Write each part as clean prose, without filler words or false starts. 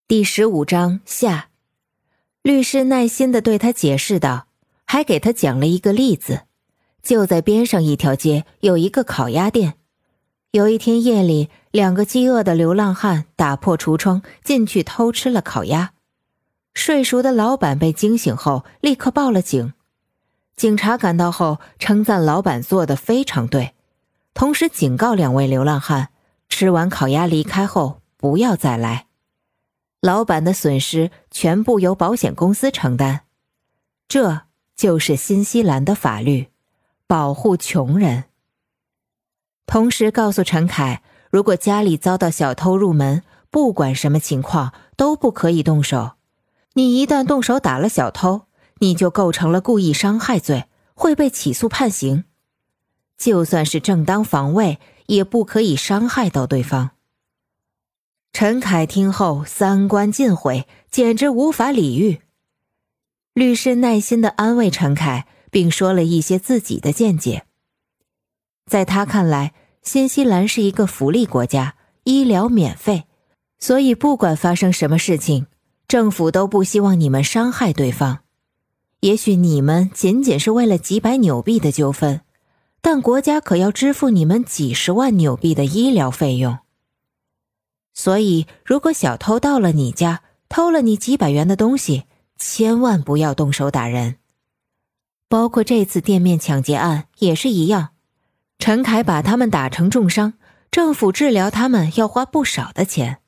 第15章下。律师耐心地对他解释道，还给他讲了一个例子。就在边上一条街有一个烤鸭店。有一天夜里，2个饥饿的流浪汉打破橱窗进去偷吃了烤鸭。睡熟的老板被惊醒后立刻报了警。警察赶到后称赞老板做得非常对，同时警告2位流浪汉，吃完烤鸭离开后不要再来。老板的损失全部由保险公司承担。这就是新西兰的法律，保护穷人。同时告诉陈凯，如果家里遭到小偷入门，不管什么情况都不可以动手。你一旦动手打了小偷，你就构成了故意伤害罪，会被起诉判刑。就算是正当防卫，也不可以伤害到对方。陈凯听后三观尽毁，简直无法理喻。律师耐心地安慰陈凯，并说了一些自己的见解。在他看来，新西兰是一个福利国家，医疗免费，所以不管发生什么事情，政府都不希望你们伤害对方。也许你们仅仅是为了几百纽币的纠纷，但国家可要支付你们几十万纽币的医疗费用。所以如果小偷到了你家，偷了你几百元的东西，千万不要动手打人。包括这次店面抢劫案也是一样，陈凯把他们打成重伤，政府治疗他们要花不少的钱。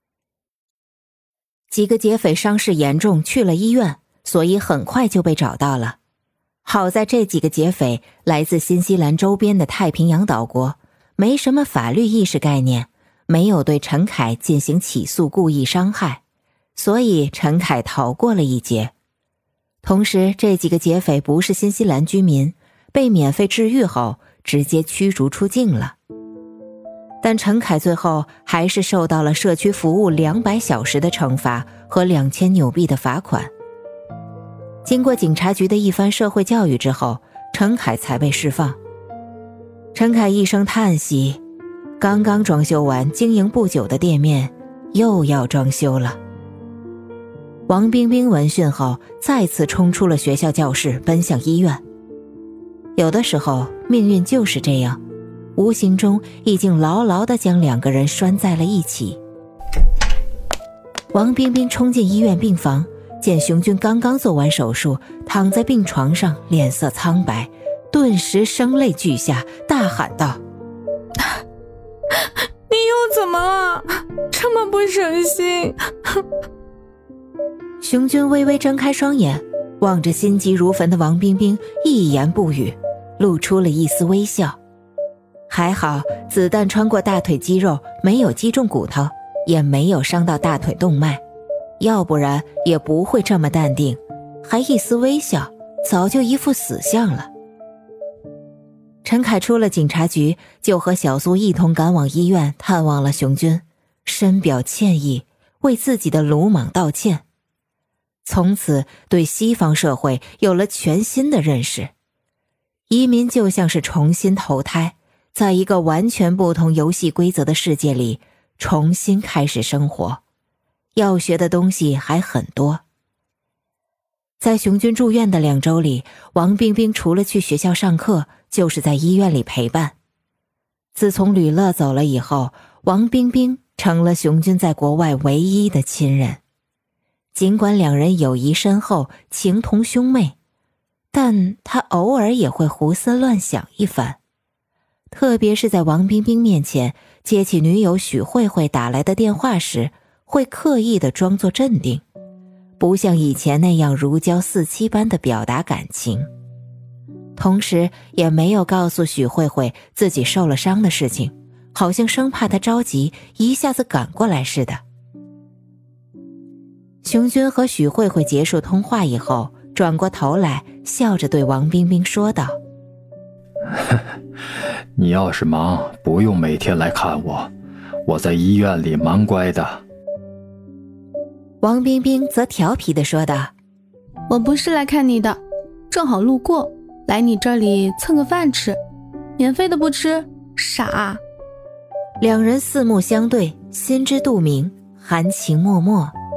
几个劫匪伤势严重，去了医院，所以很快就被找到了。好在这几个劫匪来自新西兰周边的太平洋岛国，没什么法律意识概念，没有对陈凯进行起诉故意伤害，所以陈凯逃过了一劫。同时这几个劫匪不是新西兰居民，被免费治愈后直接驱逐出境了。但陈凯最后还是受到了社区服务200小时的惩罚和2000纽币的罚款。经过警察局的一番社会教育之后，陈凯才被释放。陈凯一声叹息，刚刚装修完经营不久的店面又要装修了。王冰冰闻讯后再次冲出了学校教室，奔向医院。有的时候命运就是这样，无形中已经牢牢地将2个人拴在了一起。王冰冰冲进医院病房，见熊军刚刚做完手术，躺在病床上，脸色苍白，顿时声泪俱下，大喊道： 你又怎么了？这么不省心。 熊军微微睁开双眼，望着心急如焚的王冰冰，一言不语，露出了一丝微笑。还好子弹穿过大腿肌肉，没有击中骨头，也没有伤到大腿动脉，要不然也不会这么淡定，还一丝微笑，早就一副死相了。陈凯出了警察局，就和小苏一同赶往医院探望了熊军，深表歉意，为自己的鲁莽道歉。从此对西方社会有了全新的认识。移民就像是重新投胎，在一个完全不同游戏规则的世界里重新开始生活，要学的东西还很多。在熊军住院的2周里，王冰冰除了去学校上课，就是在医院里陪伴。自从吕乐走了以后，王冰冰成了熊军在国外唯一的亲人。尽管2人友谊深厚，情同兄妹，但他偶尔也会胡思乱想一番。特别是在王冰冰面前接起女友许慧慧打来的电话时，会刻意地装作镇定，不像以前那样如胶似漆般地表达感情。同时也没有告诉许慧慧自己受了伤的事情，好像生怕她着急一下子赶过来似的。熊军和许慧慧结束通话以后，转过头来笑着对王冰冰说道： 你要是忙，不用每天来看我，我在医院里蛮乖的。 王冰冰则调皮地说道： 我不是来看你的，正好路过，来你这里蹭个饭吃，免费的不吃，傻。 2人四目相对，心知肚明，含情脉脉。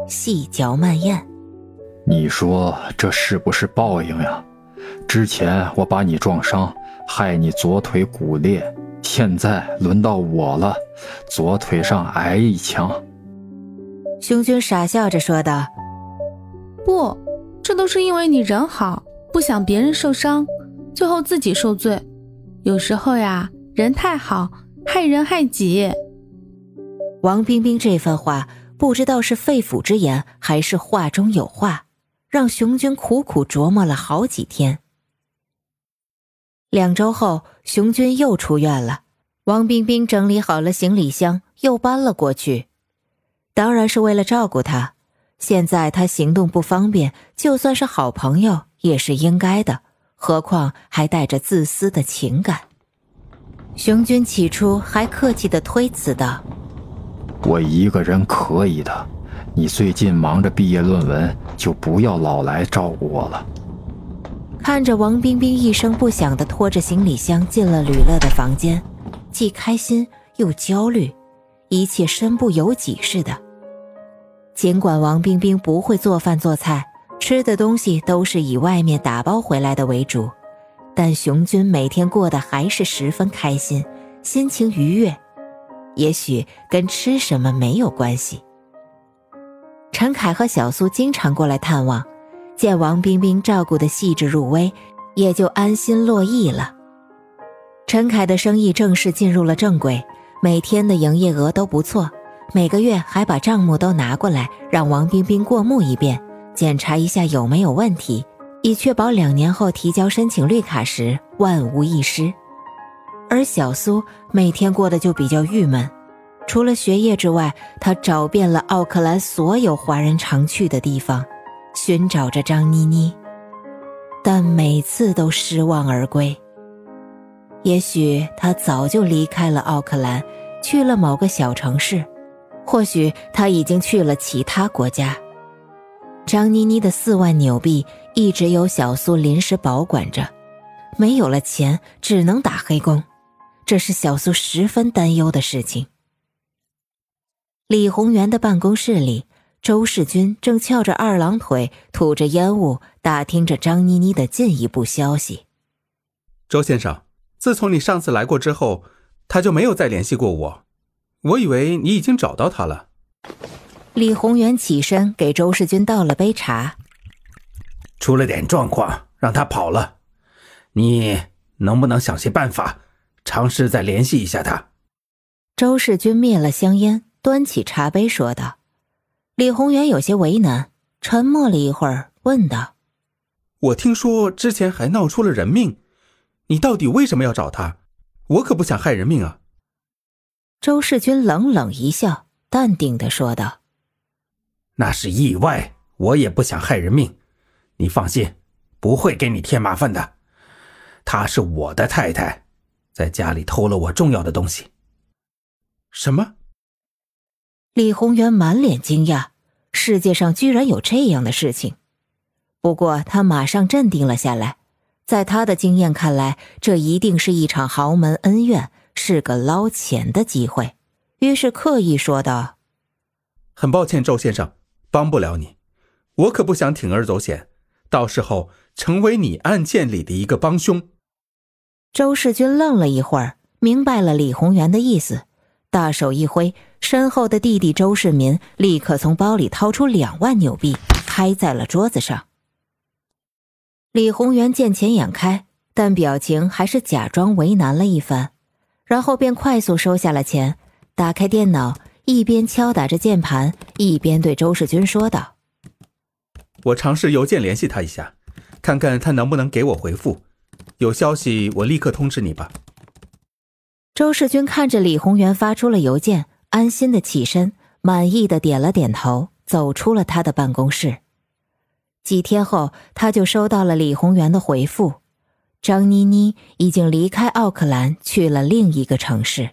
细嚼慢咽。 你说这是不是报应呀？之前我把你撞伤，害你左腿骨裂，现在轮到我了，左腿上挨一枪。 熊军傻笑着说道： 不，这都是因为你人好，不想别人受伤，最后自己受罪。有时候呀，人太好，害人害己。 王冰冰这番话不知道是肺腑之言还是话中有话，让熊军苦苦琢磨了好几天。2周后，熊军又出院了，王冰冰整理好了行李箱，又搬了过去。当然是为了照顾他，现在他行动不方便，就算是好朋友也是应该的，何况还带着自私的情感。熊军起初还客气地推辞道： 我一个人可以的，你最近忙着毕业论文，就不要老来照顾我了。 看着王冰冰一声不响地拖着行李箱进了吕乐的房间，既开心又焦虑，一切身不由己似的。尽管王冰冰不会做饭做菜，吃的东西都是以外面打包回来的为主，但熊军每天过得还是十分开心，心情愉悦。也许跟吃什么没有关系。陈凯和小苏经常过来探望，见王冰冰照顾得细致入微，也就安心乐意了。陈凯的生意正式进入了正轨，每天的营业额都不错，每个月还把账目都拿过来让王冰冰过目一遍，检查一下有没有问题，以确保2年后提交申请绿卡时万无一失。而小苏每天过得就比较郁闷，除了学业之外，他找遍了奥克兰所有华人常去的地方，寻找着张妮妮，但每次都失望而归。也许他早就离开了奥克兰，去了某个小城市，或许他已经去了其他国家。张妮妮的4万纽币一直由小苏临时保管着，没有了钱只能打黑工，这是小苏十分担忧的事情。李宏源的办公室里，周世军正翘着2郎腿，吐着烟雾，打听着张妮妮的进一步消息。 周先生，自从你上次来过之后，他就没有再联系过我以为你已经找到他了。 李宏源起身给周世军倒了杯茶。 出了点状况，让他跑了。你能不能想些办法，尝试再联系一下他？ 周世军灭了香烟，端起茶杯说道。李宏源有些为难，沉默了一会儿，问道： 我听说之前还闹出了人命，你到底为什么要找他？我可不想害人命啊。 周世军冷冷一笑，淡定地说道： 那是意外，我也不想害人命。你放心，不会给你添麻烦的。她是我的太太，在家里偷了我重要的东西。 什么？ 李宏源满脸惊讶，世界上居然有这样的事情。不过他马上镇定了下来，在他的经验看来，这一定是一场豪门恩怨，是个捞钱的机会，于是刻意说道： 很抱歉周先生，帮不了你，我可不想铤而走险，到时候成为你案件里的一个帮凶。 周世军愣了一会儿，明白了李宏源的意思，大手一挥，身后的弟弟周世民立刻从包里掏出2万纽币，拍在了桌子上。李宏源见钱眼开，但表情还是假装为难了一番，然后便快速收下了钱，打开电脑，一边敲打着键盘，一边对周世军说道： 我尝试邮件联系他一下，看看他能不能给我回复，有消息我立刻通知你吧。 周世军看着李宏源发出了邮件，安心的起身，满意的点了点头，走出了他的办公室。几天后，他就收到了李宏源的回复，张妮妮已经离开奥克兰，去了另一个城市。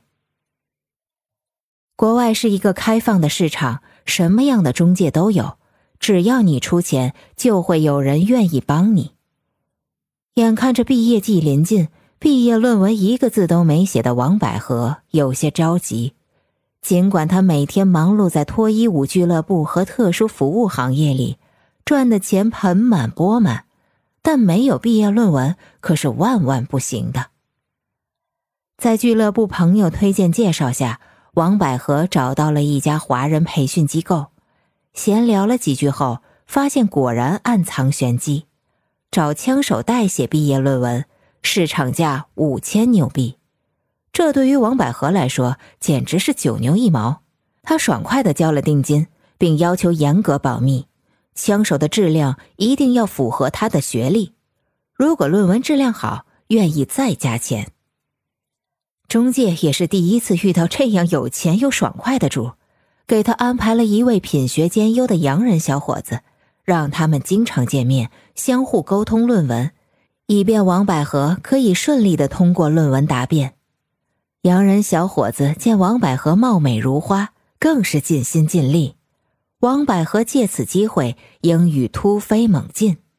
国外是一个开放的市场，什么样的中介都有，只要你出钱，就会有人愿意帮你。眼看着毕业季临近，毕业论文一个字都没写的王百合有些着急， 尽管他每天忙碌在脱衣舞俱乐部和特殊服务行业里，赚的钱盆满钵满，但没有毕业论文可是万万不行的。在俱乐部朋友推荐介绍下，王百合找到了一家华人培训机构，闲聊了几句后，发现果然暗藏玄机。找枪手代写毕业论文，市场价5000纽币。这对于王百合来说简直是九牛一毛。他爽快地交了定金，并要求严格保密，枪手的质量一定要符合他的学历，如果论文质量好，愿意再加钱。中介也是第一次遇到这样有钱又爽快的主，给他安排了一位品学兼优的洋人小伙子，让他们经常见面，相互沟通论文，以便王百合可以顺利地通过论文答辩。洋人小伙子见王百合貌美如花，更是尽心尽力。王百合借此机会英语突飞猛进。